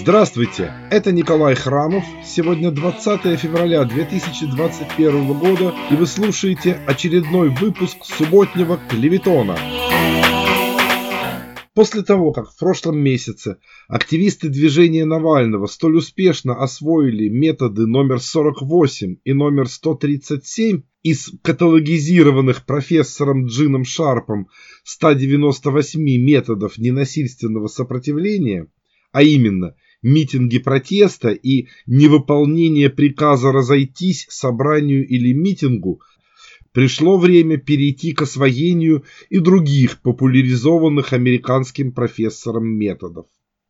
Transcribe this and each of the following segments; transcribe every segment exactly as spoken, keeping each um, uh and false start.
Здравствуйте, это Николай Храмов. Сегодня двадцатое февраля две тысячи двадцать первого года, и вы слушаете очередной выпуск субботнего клеветона. После того, как в прошлом месяце активисты движения Навального столь успешно освоили методы номер сорок восемь и номер сто тридцать семь из каталогизированных профессором Джином Шарпом ста девяноста восьми методов ненасильственного сопротивления, а именно митинги протеста и невыполнение приказа разойтись собранию или митингу, пришло время перейти к освоению и других популяризованных американским профессором методов.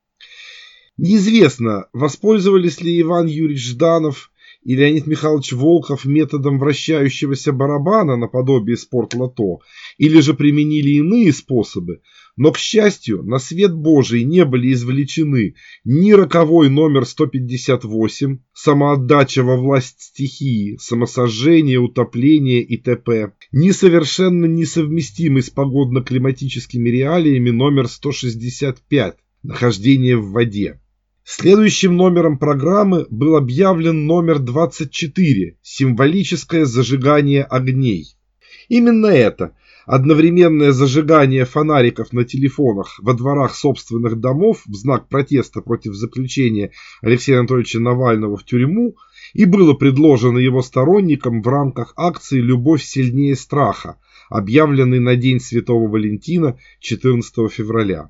Неизвестно, воспользовались ли Иван Юрьевич Жданов и Леонид Михайлович Волков методом вращающегося барабана наподобие спортлото, или же применили иные способы, но, к счастью, на свет Божий не были извлечены ни роковой номер сто пятьдесят восемь, самоотдача во власть стихии, самосожжение, утопление и т.п., ни совершенно несовместимый с погодно-климатическими реалиями номер сто шестьдесят пять, нахождение в воде. Следующим номером программы был объявлен номер двадцать четыре, символическое зажигание огней. Именно это, одновременное зажигание фонариков на телефонах во дворах собственных домов в знак протеста против заключения Алексея Анатольевича Навального в тюрьму, и было предложено его сторонникам в рамках акции «Любовь сильнее страха», объявленной на День Святого Валентина четырнадцатого февраля.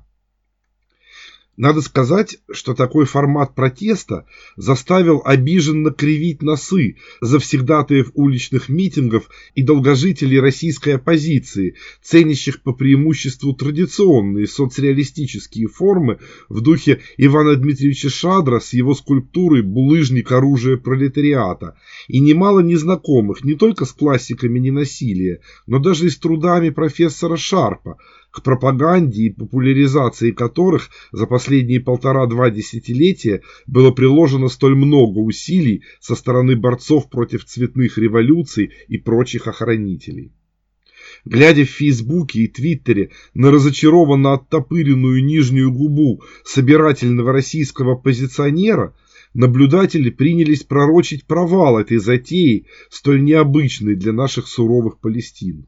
Надо сказать, что такой формат протеста заставил обиженно кривить носы завсегдатаев уличных митингов и долгожителей российской оппозиции, ценящих по преимуществу традиционные соцреалистические формы в духе Ивана Дмитриевича Шадра с его скульптурой «Булыжник оружия пролетариата», и немало незнакомых не только с классиками ненасилия, но даже и с трудами профессора Шарпа, к пропаганде и популяризации которых за последние полтора-два десятилетия было приложено столь много усилий со стороны борцов против цветных революций и прочих охранителей. Глядя в Фейсбуке и Твиттере на разочарованно оттопыренную нижнюю губу собирательного российского оппозиционера, наблюдатели принялись пророчить провал этой затеи, столь необычной для наших суровых Палестин.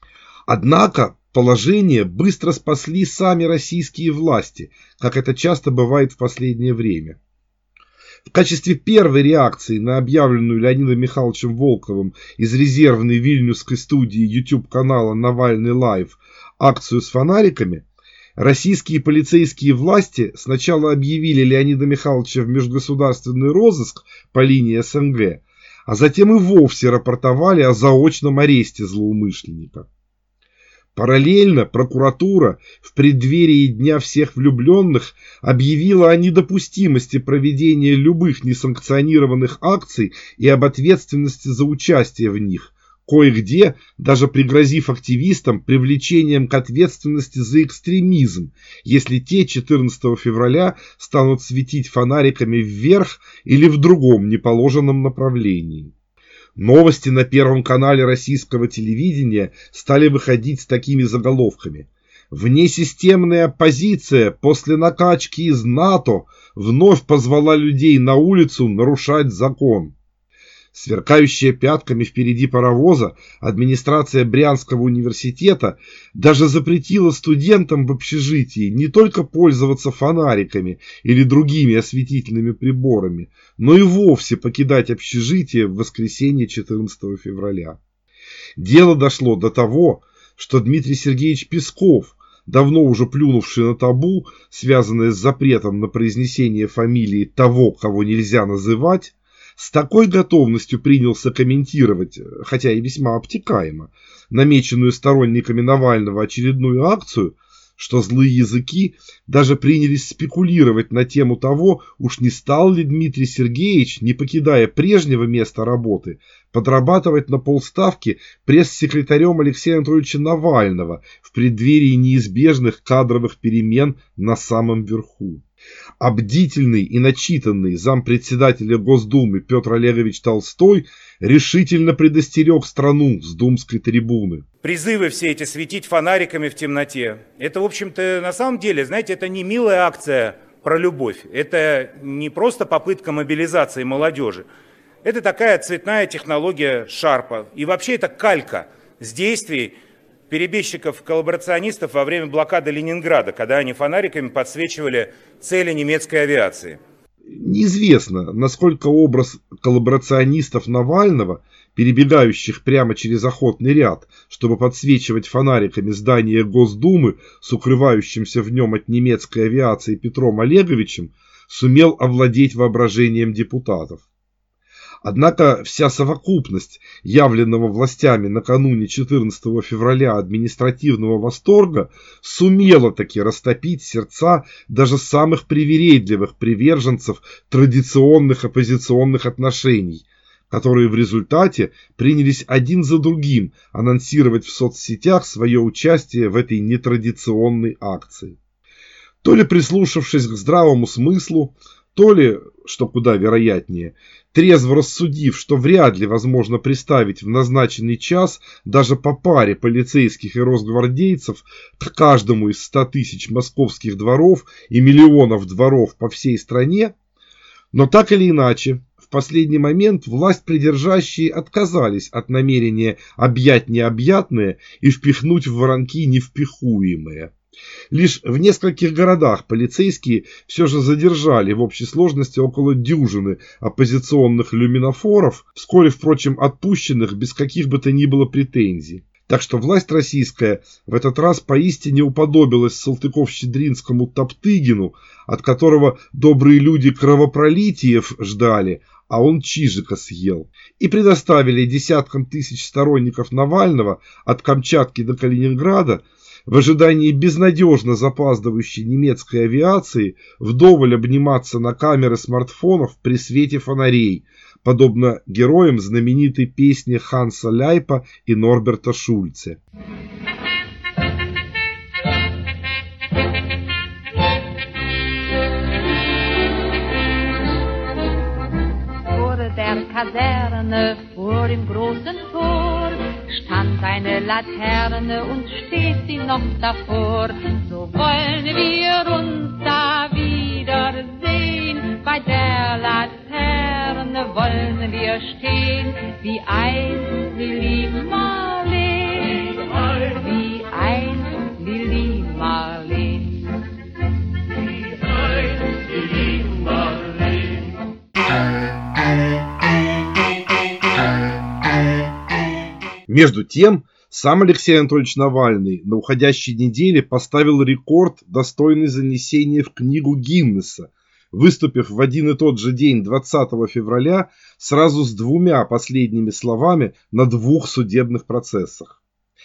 Однако положение быстро спасли сами российские власти, как это часто бывает в последнее время. В качестве первой реакции на объявленную Леонидом Михайловичем Волковым из резервной вильнюсской студии YouTube-канала «Навальный Лайв» акцию с фонариками, российские полицейские власти сначала объявили Леонида Михайловича в межгосударственный розыск по линии эс эн гэ, а затем и вовсе рапортовали о заочном аресте злоумышленника. Параллельно прокуратура в преддверии Дня всех влюбленных объявила о недопустимости проведения любых несанкционированных акций и об ответственности за участие в них, кое-где даже пригрозив активистам привлечением к ответственности за экстремизм, если те четырнадцатого февраля станут светить фонариками вверх или в другом неположенном направлении. Новости на Первом канале российского телевидения стали выходить с такими заголовками: «Внесистемная оппозиция после накачки из НАТО вновь позвала людей на улицу нарушать закон». Сверкающая пятками впереди паровоза, администрация Брянского университета даже запретила студентам в общежитии не только пользоваться фонариками или другими осветительными приборами, но и вовсе покидать общежитие в воскресенье четырнадцатого февраля. Дело дошло до того, что Дмитрий Сергеевич Песков, давно уже плюнувший на табу, связанное с запретом на произнесение фамилии того, кого нельзя называть, с такой готовностью принялся комментировать, хотя и весьма обтекаемо, намеченную сторонниками Навального очередную акцию, что злые языки даже принялись спекулировать на тему того, уж не стал ли Дмитрий Сергеевич, не покидая прежнего места работы, подрабатывать на полставки пресс-секретарем Алексея Анатольевича Навального в преддверии неизбежных кадровых перемен на самом верху. А бдительный и начитанный зампредседателя Госдумы Петр Олегович Толстой решительно предостерег страну с думской трибуны. Призывы все эти светить фонариками в темноте, это, в общем-то, на самом деле, знаете, это не милая акция про любовь. Это не просто попытка мобилизации молодежи. Это такая цветная технология Шарпа. И вообще это калька с действий перебежчиков-коллаборационистов во время блокады Ленинграда, когда они фонариками подсвечивали цели немецкой авиации. Неизвестно, насколько образ коллаборационистов Навального, перебегающих прямо через охотный ряд, чтобы подсвечивать фонариками здание Госдумы с укрывающимся в нем от немецкой авиации Петром Олеговичем, сумел овладеть воображением депутатов. Однако вся совокупность явленного властями накануне четырнадцатого февраля административного восторга сумела таки растопить сердца даже самых привередливых приверженцев традиционных оппозиционных отношений, которые в результате принялись один за другим анонсировать в соцсетях свое участие в этой нетрадиционной акции. То ли прислушавшись к здравому смыслу, то ли, что куда вероятнее, трезво рассудив, что вряд ли возможно приставить в назначенный час даже по паре полицейских и росгвардейцев к каждому из ста тысяч московских дворов и миллионов дворов по всей стране, но так или иначе, в последний момент власть придержащие отказались от намерения объять необъятное и впихнуть в воронки невпихуемое. Лишь в нескольких городах полицейские все же задержали в общей сложности около дюжины оппозиционных люминофоров, вскоре, впрочем, отпущенных без каких бы то ни было претензий. Так что власть российская в этот раз поистине уподобилась Салтыков-Щедринскому Топтыгину, от которого добрые люди кровопролитиев ждали, а он чижика съел, и предоставили десяткам тысяч сторонников Навального от Камчатки до Калининграда в ожидании безнадежно запаздывающей немецкой авиации вдоволь обниматься на камеры смартфонов при свете фонарей, подобно героям знаменитой песни Ханса Ляйпа и Норберта Шульце. Kaserne vor dem großen Tor stand eine Laterne und steht sie noch davor. So wollen wir uns da wiedersehen, bei der Laterne wollen wir stehen, wie einst Lili Marleen, wie einst Lili Marleen, wie einst Lili Marleen. Между тем, сам Алексей Анатольевич Навальный на уходящей неделе поставил рекорд, достойный занесения в книгу Гиннесса, выступив в один и тот же день, двадцатого февраля, сразу с двумя последними словами на двух судебных процессах.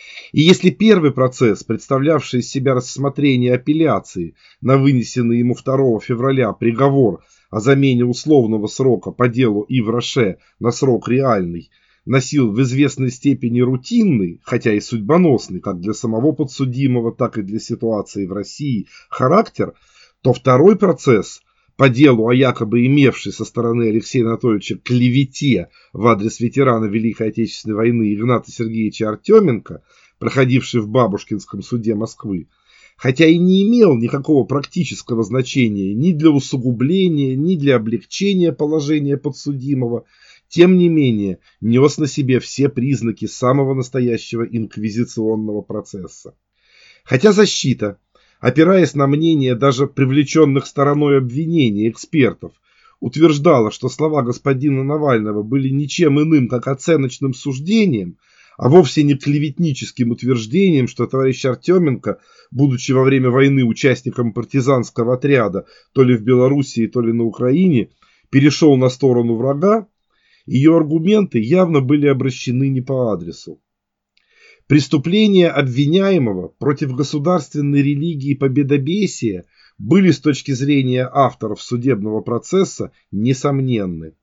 И если первый процесс, представлявший из себя рассмотрение апелляции на вынесенный ему второго февраля приговор о замене условного срока по делу Ив Роше на срок реальный, носил в известной степени рутинный, хотя и судьбоносный, как для самого подсудимого, так и для ситуации в России, характер, то второй процесс, по делу о якобы имевшей со стороны Алексея Анатольевича клевете в адрес ветерана Великой Отечественной войны Игната Сергеевича Артеменко, проходивший в Бабушкинском суде Москвы, хотя и не имел никакого практического значения ни для усугубления, ни для облегчения положения подсудимого, тем не менее нес на себе все признаки самого настоящего инквизиционного процесса. Хотя защита, опираясь на мнение даже привлеченных стороной обвинения экспертов, утверждала, что слова господина Навального были ничем иным, как оценочным суждением, а вовсе не клеветническим утверждением, что товарищ Артеменко, будучи во время войны участником партизанского отряда то ли в Белоруссии, то ли на Украине, перешел на сторону врага, ее аргументы явно были обращены не по адресу. Преступления обвиняемого против государственной религии победобесия были с точки зрения авторов судебного процесса несомненны.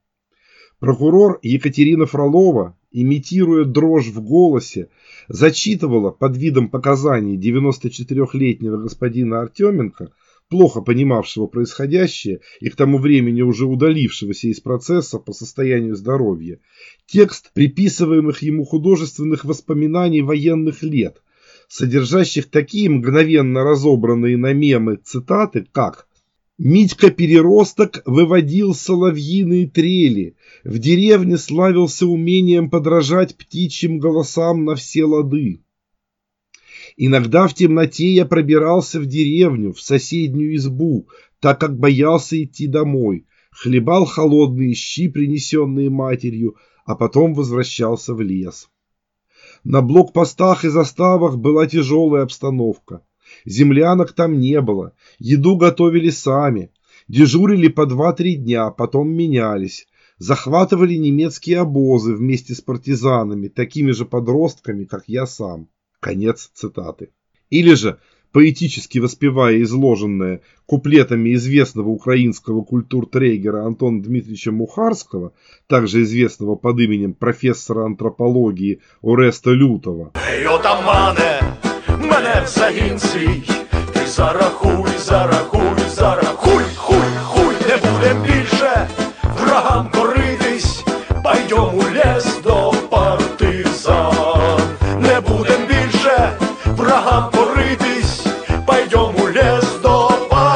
Прокурор Екатерина Фролова, имитируя дрожь в голосе, зачитывала под видом показаний девяносточетырехлетнего господина Артеменко, плохо понимавшего происходящее и к тому времени уже удалившегося из процесса по состоянию здоровья, текст приписываемых ему художественных воспоминаний военных лет, содержащих такие мгновенно разобранные на мемы цитаты, как Митька-переросток выводил соловьиные трели, в деревне славился умением подражать птичьим голосам на все лады. Иногда в темноте я пробирался в деревню, в соседнюю избу, так как боялся идти домой, хлебал холодные щи, принесенные матерью, а потом возвращался в лес. На блокпостах и заставах была тяжелая обстановка. Землянок там не было, еду готовили сами, дежурили по два-три дня, потом менялись, захватывали немецкие обозы вместе с партизанами, такими же подростками, как я сам. Конец цитаты. Или же, поэтически воспевая изложенное куплетами известного украинского культуртрегера Антона Дмитриевича Мухарского, также известного под именем профессора антропологии Ореста Лютого. Ей, отамане, мене в загін свій, ти зарахуй, зарахуй, зарахуй, хуй, хуй, не будем більше врагам коритись, пойдем у лес до партизан, не будем більше врагам коритись, пойдем у лес до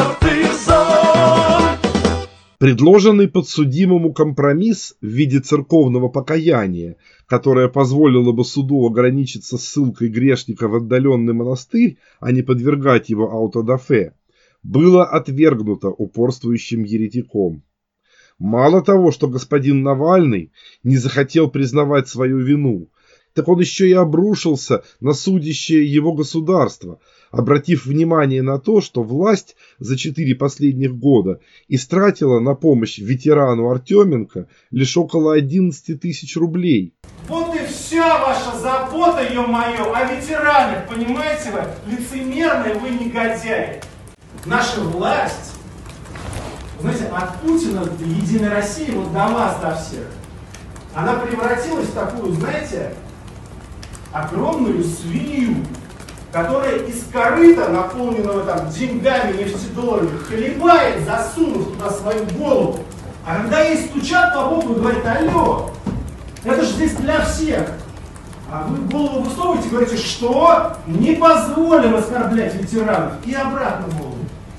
партизан. Предложенный подсудимому компромисс в виде церковного покаяния, которое позволило бы суду ограничиться ссылкой грешника в отдаленный монастырь, а не подвергать его аутодафе, было отвергнуто упорствующим еретиком. Мало того, что господин Навальный не захотел признавать свою вину, так он еще и обрушился на судящее его государство, обратив внимание на то, что власть за четыре последних года истратила на помощь ветерану Артеменко лишь около одиннадцати тысяч рублей. Вот и вся ваша забота, ё-моё, о ветеранах, понимаете вы? Лицемерные вы негодяи. Наша власть, знаете, от Путина до Единой России, вот до вас, до всех, она превратилась в такую, знаете, огромную свинью, которая из корыта, наполненного там деньгами, нефтедолларами, хлебает, засунув туда свою голову. А когда ей стучат по боку и говорят: алло, это же здесь для всех. А вы голову высовываете и говорите: что? Не позволим оскорблять ветеранов. И обратно голову.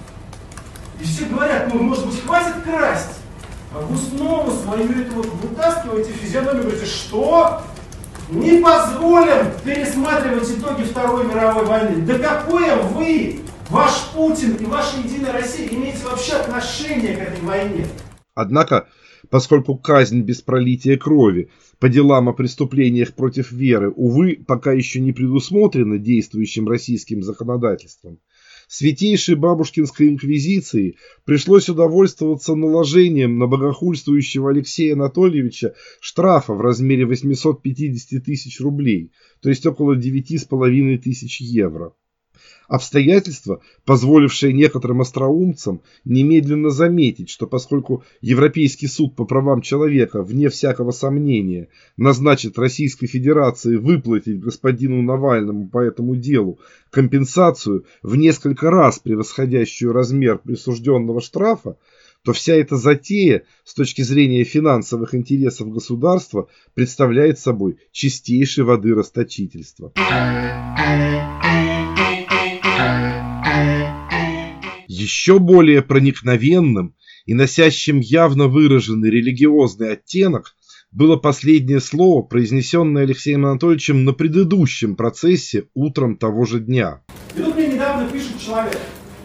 И все говорят: ну, может быть, хватит красть. А вы снова свою эту вот вытаскиваете физиономию и говорите: что? Не позволим пересматривать итоги Второй мировой войны. Да какое вы, ваш Путин и ваша Единая Россия имеете вообще отношение к этой войне? Однако, поскольку казнь без пролития крови по делам о преступлениях против веры, увы, пока еще не предусмотрена действующим российским законодательством, Святейшей Бабушкинской инквизиции пришлось удовольствоваться наложением на богохульствующего Алексея Анатольевича штрафа в размере восемьсот пятьдесят тысяч рублей, то есть около девяти с половиной тысяч евро. Обстоятельства, позволившие некоторым остроумцам немедленно заметить, что поскольку Европейский суд по правам человека, вне всякого сомнения, назначит Российской Федерации выплатить господину Навальному по этому делу компенсацию в несколько раз превосходящую размер присужденного штрафа, то вся эта затея с точки зрения финансовых интересов государства представляет собой чистейшей воды расточительство. Еще более проникновенным и носящим явно выраженный религиозный оттенок было последнее слово, произнесенное Алексеем Анатольевичем на предыдущем процессе утром того же дня. И тут мне недавно пишет человек: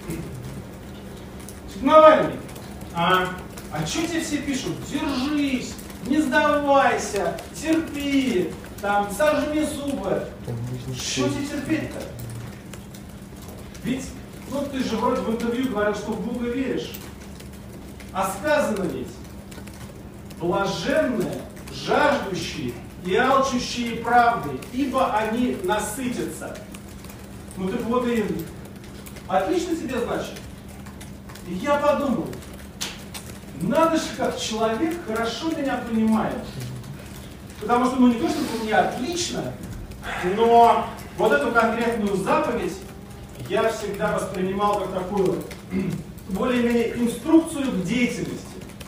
Навальный, а, а что тебе все пишут? Держись, не сдавайся, терпи, там, сожми зубы. Что тебе терпеть-то? Ведь, ну ты же вроде в интервью говорил, что в Бога веришь. А сказано ведь: блаженные, жаждущие и алчущие правды, ибо они насытятся. Ну так вот и отлично тебе, значит. И я подумал, надо же, как человек хорошо меня понимает. Потому что, ну не то, чтобы мне отлично, но вот эту конкретную заповедь я всегда воспринимал как такую более-менее инструкцию к деятельности.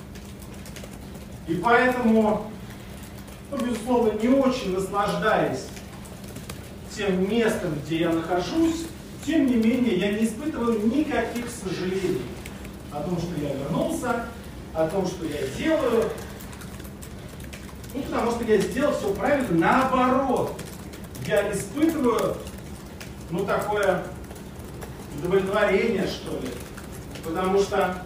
И поэтому, ну, безусловно, не очень наслаждаясь тем местом, где я нахожусь, тем не менее я не испытываю никаких сожалений о том, что задумался о том, что я делаю. Ну, потому что я сделал все правильно, наоборот. Я испытываю, ну, такое удовлетворение, что ли. Потому что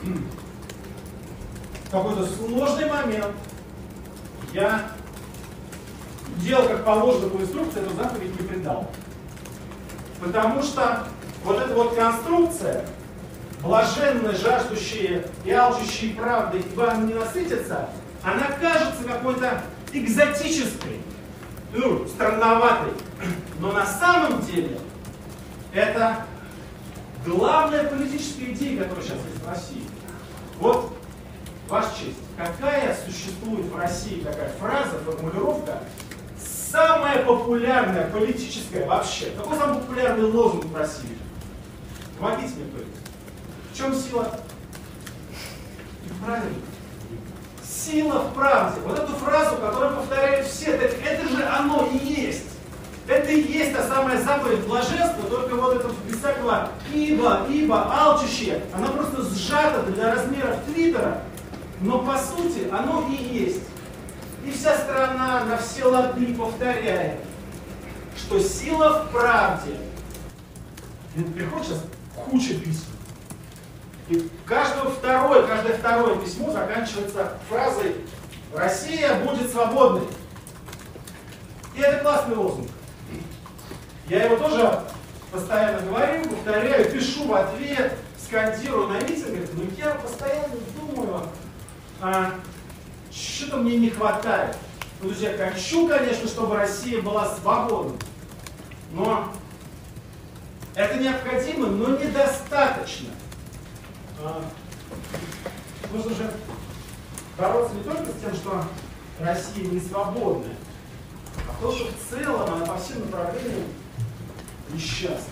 в какой-то сложный момент я делал как положено по инструкции, эту заповедь не придал. Потому что вот эта вот конструкция, блаженные, жаждущие и алчущие правды, и вам не насытятся, она кажется какой-то экзотической, ну, странноватой. Но на самом деле это главная политическая идея, которая сейчас есть в России. Вот, Ваша честь, какая существует в России такая фраза, формулировка, самая популярная, политическая вообще? Какой самый популярный лозунг в России? Помогите мне, кто-нибудь. В чем сила? Правильно. Сила в правде. Вот эту фразу, которую повторяют все, так это же оно и есть. Это и есть та самая заповедь блаженства, только вот это без всякого ибо, ибо, алчущее, она просто сжата для размеров Твиттера, но по сути оно и есть. И вся страна на все лады повторяет, что сила в правде. И приходит сейчас куча писем. И каждое второе, каждое второе письмо заканчивается фразой «Россия будет свободной». И это классный лозунг. Я его тоже постоянно говорю, повторяю, пишу в ответ, скандирую на митингах, но я постоянно думаю, а, что-то мне не хватает. Ну, друзья, хочу, конечно, чтобы Россия была свободной, но это необходимо, но недостаточно. А, нужно же бороться не только с тем, что Россия не свободная, а то, что в целом она по всем направлениям несчастна.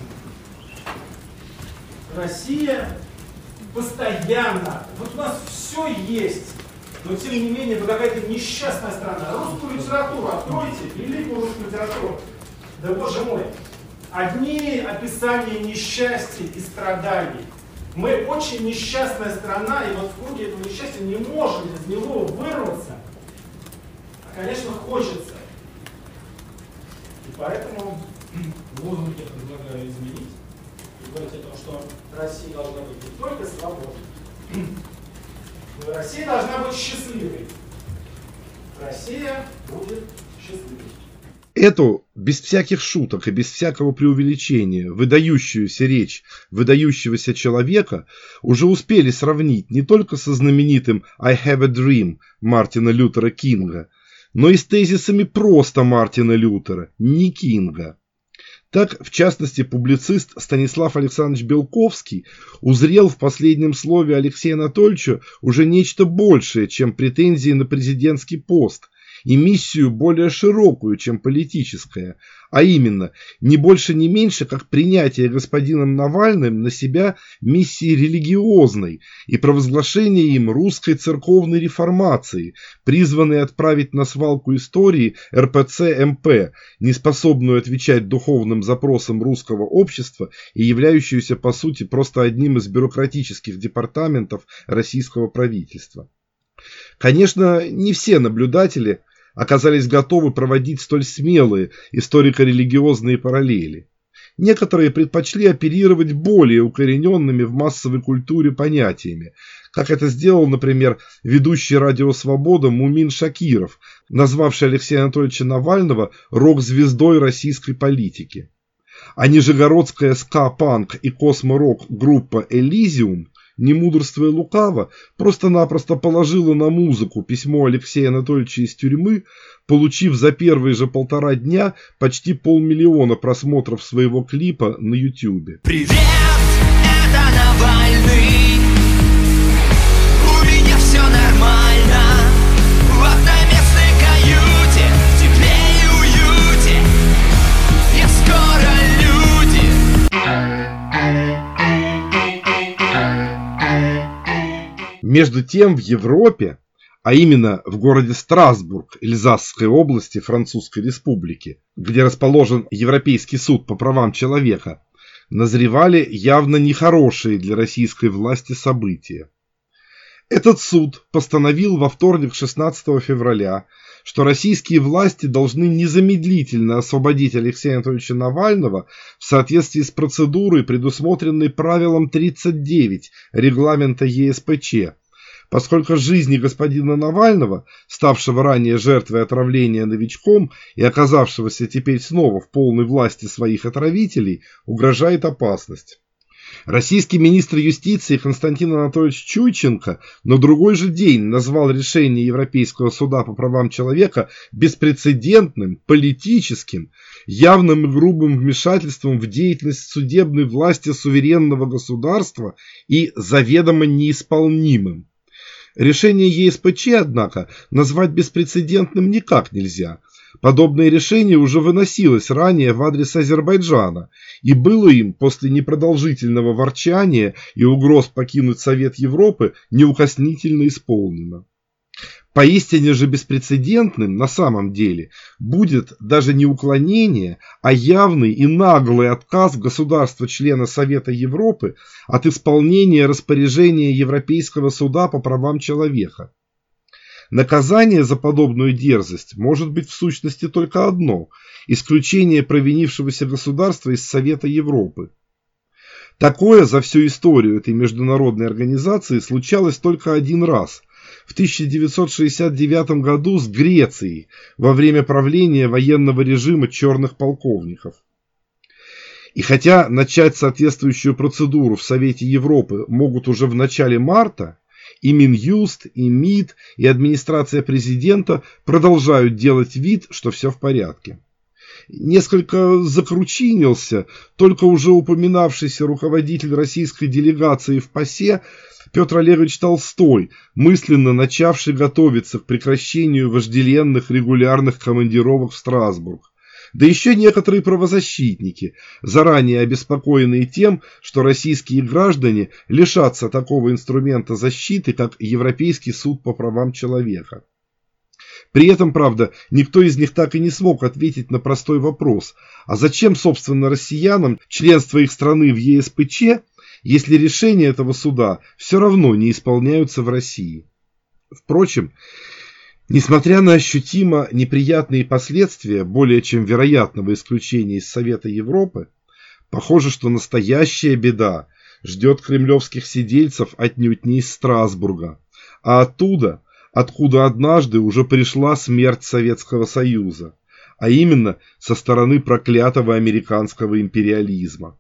Россия постоянно, вот у нас все есть, но тем не менее это какая-то несчастная страна. Русскую литературу откройте, великую русскую литературу, да боже мой, одни описания несчастья и страданий. Мы очень несчастная страна, и вот в круге этого несчастья не можем из него вырваться. А, конечно, хочется. И поэтому лозунг я предлагаю изменить и говорить о том, что Россия должна быть не только свободной, но и Россия должна быть счастливой. Россия будет счастливой. Эту, без всяких шуток и без всякого преувеличения, выдающуюся речь выдающегося человека уже успели сравнить не только со знаменитым «I have a dream» Мартина Лютера Кинга, но и с тезисами просто Мартина Лютера, не Кинга. Так, в частности, публицист Станислав Александрович Белковский узрел в последнем слове Алексея Анатольевича уже нечто большее, чем претензии на президентский пост, и миссию более широкую, чем политическая, а именно, не больше не меньше, как принятие господином Навальным на себя миссии религиозной и провозглашение им русской церковной реформации, призванной отправить на свалку истории эр пэ цэ эм пэ, неспособную отвечать духовным запросам русского общества и являющуюся по сути просто одним из бюрократических департаментов российского правительства. Конечно, не все наблюдатели оказались готовы проводить столь смелые историко-религиозные параллели. Некоторые предпочли оперировать более укорененными в массовой культуре понятиями, как это сделал, например, ведущий радио «Свобода» Мумин Шакиров, назвавший Алексея Анатольевича Навального рок-звездой российской политики. А нижегородская ска-панк и космо-рок группа «Элизиум», не мудрствуя лукаво, просто-напросто положила на музыку письмо Алексея Анатольевича из тюрьмы, получив за первые же полтора дня почти полмиллиона просмотров своего клипа на ютубе. Привет, это Навальный. У меня все нормально. В одноместной каюте, в тепле и уюте. Я скоро люди. Между тем в Европе, а именно в городе Страсбург Эльзасской области Французской Республики, где расположен Европейский суд по правам человека, назревали явно нехорошие для российской власти события. Этот суд постановил во вторник, шестнадцатого февраля, что российские власти должны незамедлительно освободить Алексея Анатольевича Навального в соответствии с процедурой, предусмотренной правилом тридцать девять регламента Е С П Ч, поскольку жизни господина Навального, ставшего ранее жертвой отравления новичком и оказавшегося теперь снова в полной власти своих отравителей, угрожает опасность. Российский министр юстиции Константин Анатольевич Чуйченко на другой же день назвал решение Европейского суда по правам человека беспрецедентным, политическим, явным и грубым вмешательством в деятельность судебной власти суверенного государства и заведомо неисполнимым. Решение Е С П Ч, однако, назвать беспрецедентным никак нельзя. Подобное решение уже выносилось ранее в адрес Азербайджана и было им после непродолжительного ворчания и угроз покинуть Совет Европы неукоснительно исполнено. Поистине же беспрецедентным на самом деле будет даже не уклонение, а явный и наглый отказ государства-члена Совета Европы от исполнения распоряжения Европейского суда по правам человека. Наказание за подобную дерзость может быть в сущности только одно – исключение провинившегося государства из Совета Европы. Такое за всю историю этой международной организации случалось только один раз – в тысяча девятьсот шестьдесят девятом году с Грецией во время правления военного режима черных полковников. И хотя начать соответствующую процедуру в Совете Европы могут уже в начале марта, и Минюст, и МИД, и администрация президента продолжают делать вид, что все в порядке. Несколько закручинился только уже упоминавшийся руководитель российской делегации в ПАСЕ Петр Олегович Толстой, мысленно начавший готовиться к прекращению вожделенных регулярных командировок в Страсбург. Да еще некоторые правозащитники, заранее обеспокоенные тем, что российские граждане лишатся такого инструмента защиты, как Европейский суд по правам человека. При этом, правда, никто из них так и не смог ответить на простой вопрос: а зачем, собственно, россиянам членство их страны в Е С П Ч, если решения этого суда все равно не исполняются в России? Впрочем, несмотря на ощутимо неприятные последствия более чем вероятного исключения из Совета Европы, похоже, что настоящая беда ждет кремлевских сидельцев отнюдь не из Страсбурга, а оттуда, откуда однажды уже пришла смерть Советского Союза, а именно со стороны проклятого американского империализма.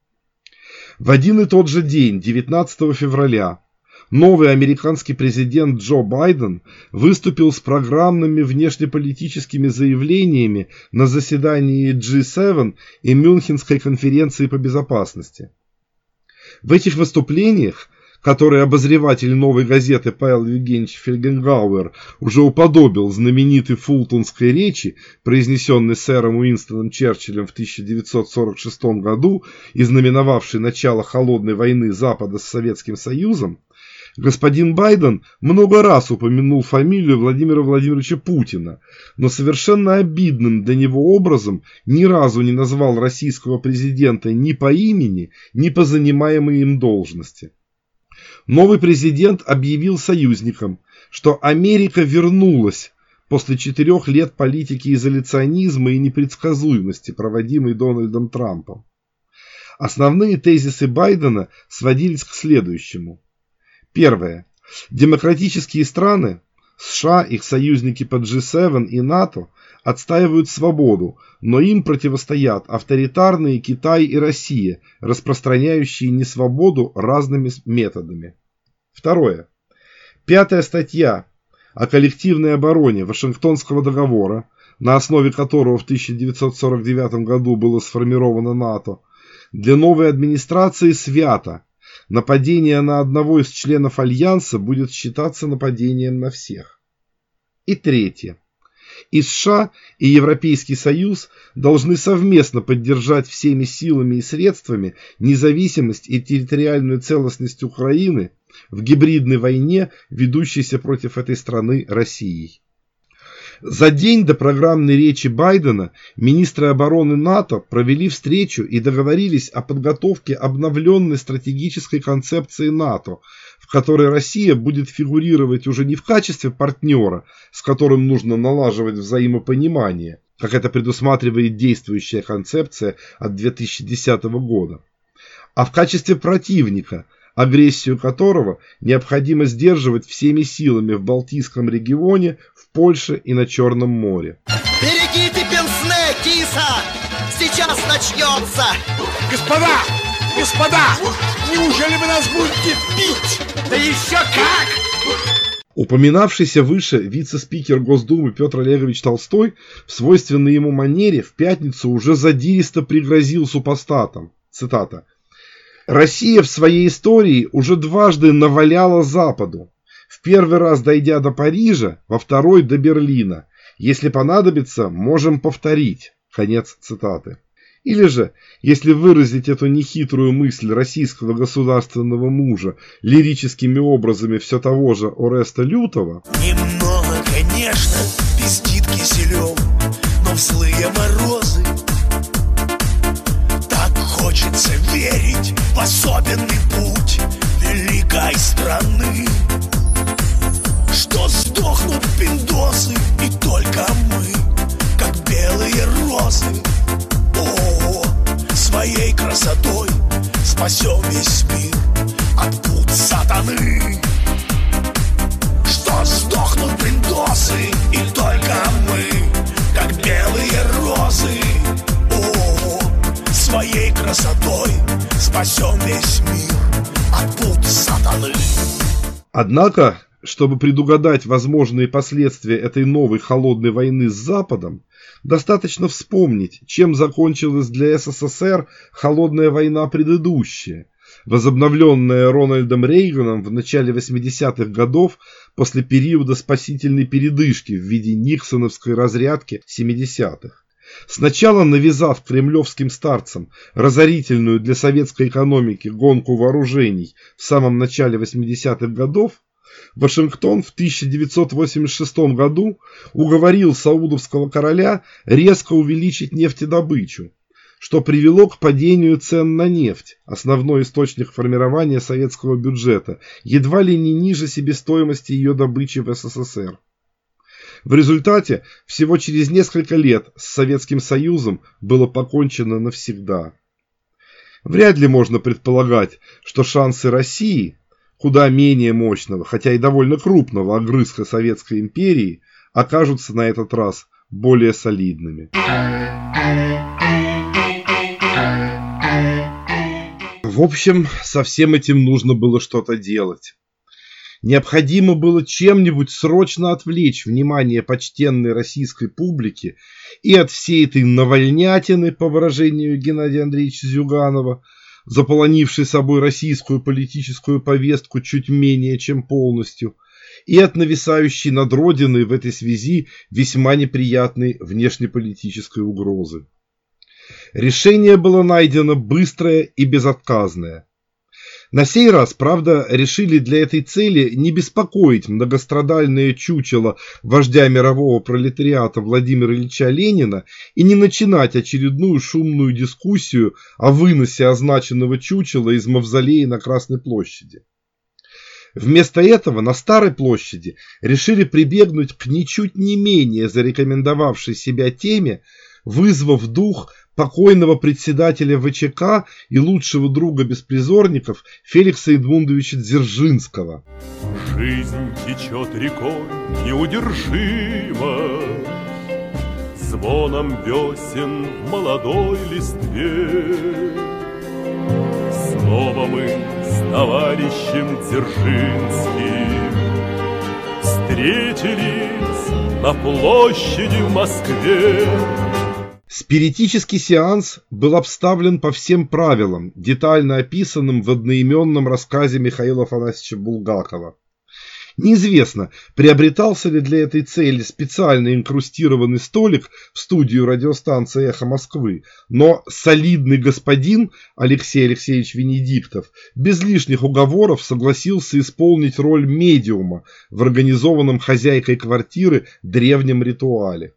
В один и тот же день, девятнадцатого февраля, новый американский президент Джо Байден выступил с программными внешнеполитическими заявлениями на заседании Джи семь и Мюнхенской конференции по безопасности. В этих выступлениях, которые обозреватель «Новой газеты» Павел Евгеньевич Фельгенгауэр уже уподобил знаменитой фултонской речи, произнесенной сэром Уинстоном Черчиллем в тысяча девятьсот сорок шестом году и знаменовавшей начало холодной войны Запада с Советским Союзом, господин Байден много раз упомянул фамилию Владимира Владимировича Путина, но совершенно обидным для него образом ни разу не назвал российского президента ни по имени, ни по занимаемой им должности. Новый президент объявил союзникам, что Америка вернулась после четырех лет политики изоляционизма и непредсказуемости, проводимой Дональдом Трампом. Основные тезисы Байдена сводились к следующему. Первое. Демократические страны, США, их союзники по Джи семь и НАТО, отстаивают свободу, но им противостоят авторитарные Китай и Россия, распространяющие несвободу разными методами. Второе. Пятая статья о коллективной обороне Вашингтонского договора, на основе которого в тысяча девятьсот сорок девятом году было сформировано НАТО, для новой администрации свято. Нападение на одного из членов Альянса будет считаться нападением на всех. И третье. И США, и Европейский Союз должны совместно поддержать всеми силами и средствами независимость и территориальную целостность Украины в гибридной войне, ведущейся против этой страны Россией. За день до программной речи Байдена министры обороны НАТО провели встречу и договорились о подготовке обновленной стратегической концепции НАТО, в которой Россия будет фигурировать уже не в качестве партнера, с которым нужно налаживать взаимопонимание, как это предусматривает действующая концепция от две тысячи десятого года, а в качестве противника, агрессию которого необходимо сдерживать всеми силами в Балтийском регионе, в Польше и на Черном море. Берегите пенсне, киса! Сейчас начнется! Господа! Господа! Неужели вы нас будете бить? Да еще как! Упоминавшийся выше вице-спикер Госдумы Петр Олегович Толстой в свойственной ему манере в пятницу уже задиристо пригрозил супостатам. Цитата. «Россия в своей истории уже дважды наваляла Западу. В первый раз дойдя до Парижа, во второй до Берлина. Если понадобится, можем повторить». Конец цитаты. Или же, если выразить эту нехитрую мысль российского государственного мужа лирическими образами все того же Ореста Лютова. Немного, конечно, пиздит Киселев, но в злые морозы так хочется верить в особенный путь великой страны, что сдохнут пиндосы и только мы, как белые розы. О, своей красотой спасем весь мир от пут сатаны, что сдохнут пиндосы и только мы, как белые розы. О, своей красотой спасем весь мир от пут сатаны. Однако, чтобы предугадать возможные последствия этой новой холодной войны с Западом, достаточно вспомнить, чем закончилась для СССР холодная война предыдущая, возобновленная Рональдом Рейганом в начале восьмидесятых годов после периода спасительной передышки в виде никсоновской разрядки семидесятых. Сначала навязав кремлевским старцам разорительную для советской экономики гонку вооружений в самом начале восьмидесятых годов, Вашингтон в тысяча девятьсот восемьдесят шестом году уговорил саудовского короля резко увеличить нефтедобычу, что привело к падению цен на нефть, основной источник формирования советского бюджета, едва ли не ниже себестоимости ее добычи в СССР. В результате всего через несколько лет с Советским Союзом было покончено навсегда. Вряд ли можно предполагать, что шансы России, куда менее мощного, хотя и довольно крупного огрызка Советской империи, окажутся на этот раз более солидными. В общем, со всем этим нужно было что-то делать. Необходимо было чем-нибудь срочно отвлечь внимание почтенной российской публики и от всей этой навальнятины, по выражению Геннадия Андреевича Зюганова, заполонивший собой российскую политическую повестку чуть менее чем полностью, и от нависающей над Родиной в этой связи весьма неприятной внешнеполитической угрозы. Решение было найдено быстрое и безотказное. На сей раз, правда, решили для этой цели не беспокоить многострадальное чучело вождя мирового пролетариата Владимира Ильича Ленина и не начинать очередную шумную дискуссию о выносе означенного чучела из мавзолея на Красной площади. Вместо этого на Старой площади решили прибегнуть к ничуть не менее зарекомендовавшей себя теме, вызвав дух покойного председателя ВЧК и лучшего друга беспризорников Феликса Эдмундовича Дзержинского. Жизнь течет рекой неудержимо, звоном весен в молодой листве. Снова мы с товарищем Дзержинским встретились на площади в Москве. Спиритический сеанс был обставлен по всем правилам, детально описанным в одноименном рассказе Михаила Афанасьевича Булгакова. Неизвестно, приобретался ли для этой цели специально инкрустированный столик в студию радиостанции «Эхо Москвы», но солидный господин Алексей Алексеевич Венедиктов без лишних уговоров согласился исполнить роль медиума в организованном хозяйкой квартиры древнем ритуале.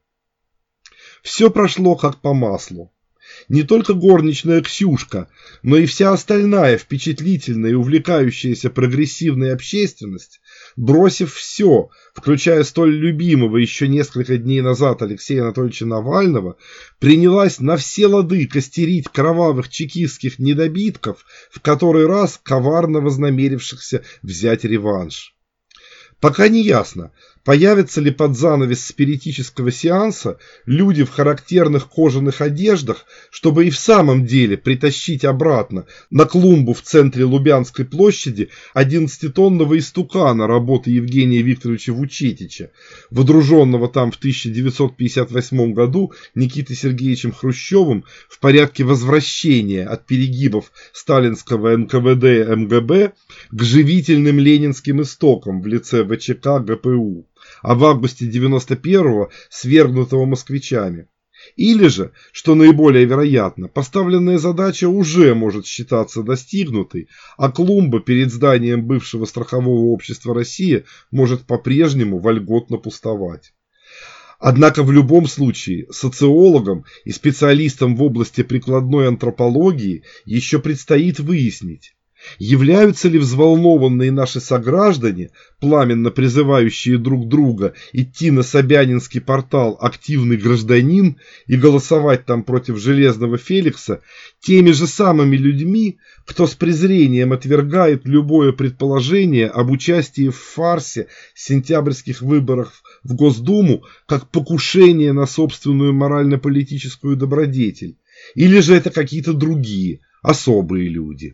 Все прошло как по маслу. Не только горничная Ксюшка, но и вся остальная впечатлительная и увлекающаяся прогрессивная общественность, бросив все, включая столь любимого еще несколько дней назад Алексея Анатольевича Навального, принялась на все лады костерить кровавых чекистских недобитков, в который раз коварно вознамерившихся взять реванш. Пока не ясно, появятся ли под занавес спиритического сеанса люди в характерных кожаных одеждах, чтобы и в самом деле притащить обратно на клумбу в центре Лубянской площади одиннадцатитонного истукана работы Евгения Викторовича Вучетича, водруженного там в тысяча девятьсот пятьдесят восьмом году Никитой Сергеевичем Хрущевым в порядке возвращения от перегибов сталинского эн ка вэ дэ эм гэ бэ к живительным ленинским истокам в лице вэ че ка гэ пэ у, а в августе девяносто первого свергнутого москвичами. Или же, что наиболее вероятно, поставленная задача уже может считаться достигнутой, а клумба перед зданием бывшего страхового общества «Россия» может по-прежнему вольготно пустовать. Однако в любом случае социологам и специалистам в области прикладной антропологии еще предстоит выяснить, являются ли взволнованные наши сограждане, пламенно призывающие друг друга идти на Собянинский портал «Активный гражданин» и голосовать там против Железного Феликса, теми же самыми людьми, кто с презрением отвергает любое предположение об участии в фарсе сентябрьских выборов в Госдуму как покушение на собственную морально-политическую добродетель. Или же это какие-то другие, особые люди.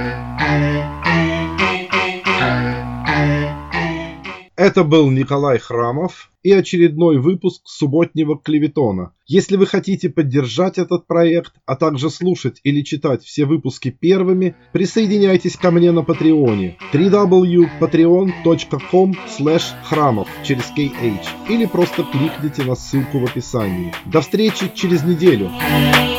Это был Николай Храмов и очередной выпуск субботнего клеветона. Если вы хотите поддержать этот проект, а также слушать или читать все выпуски первыми, присоединяйтесь ко мне на Патреоне дабл ю дабл ю дабл ю точка патреон точка ком слэш храмов через кей эйч или просто кликните на ссылку в описании. До встречи через неделю!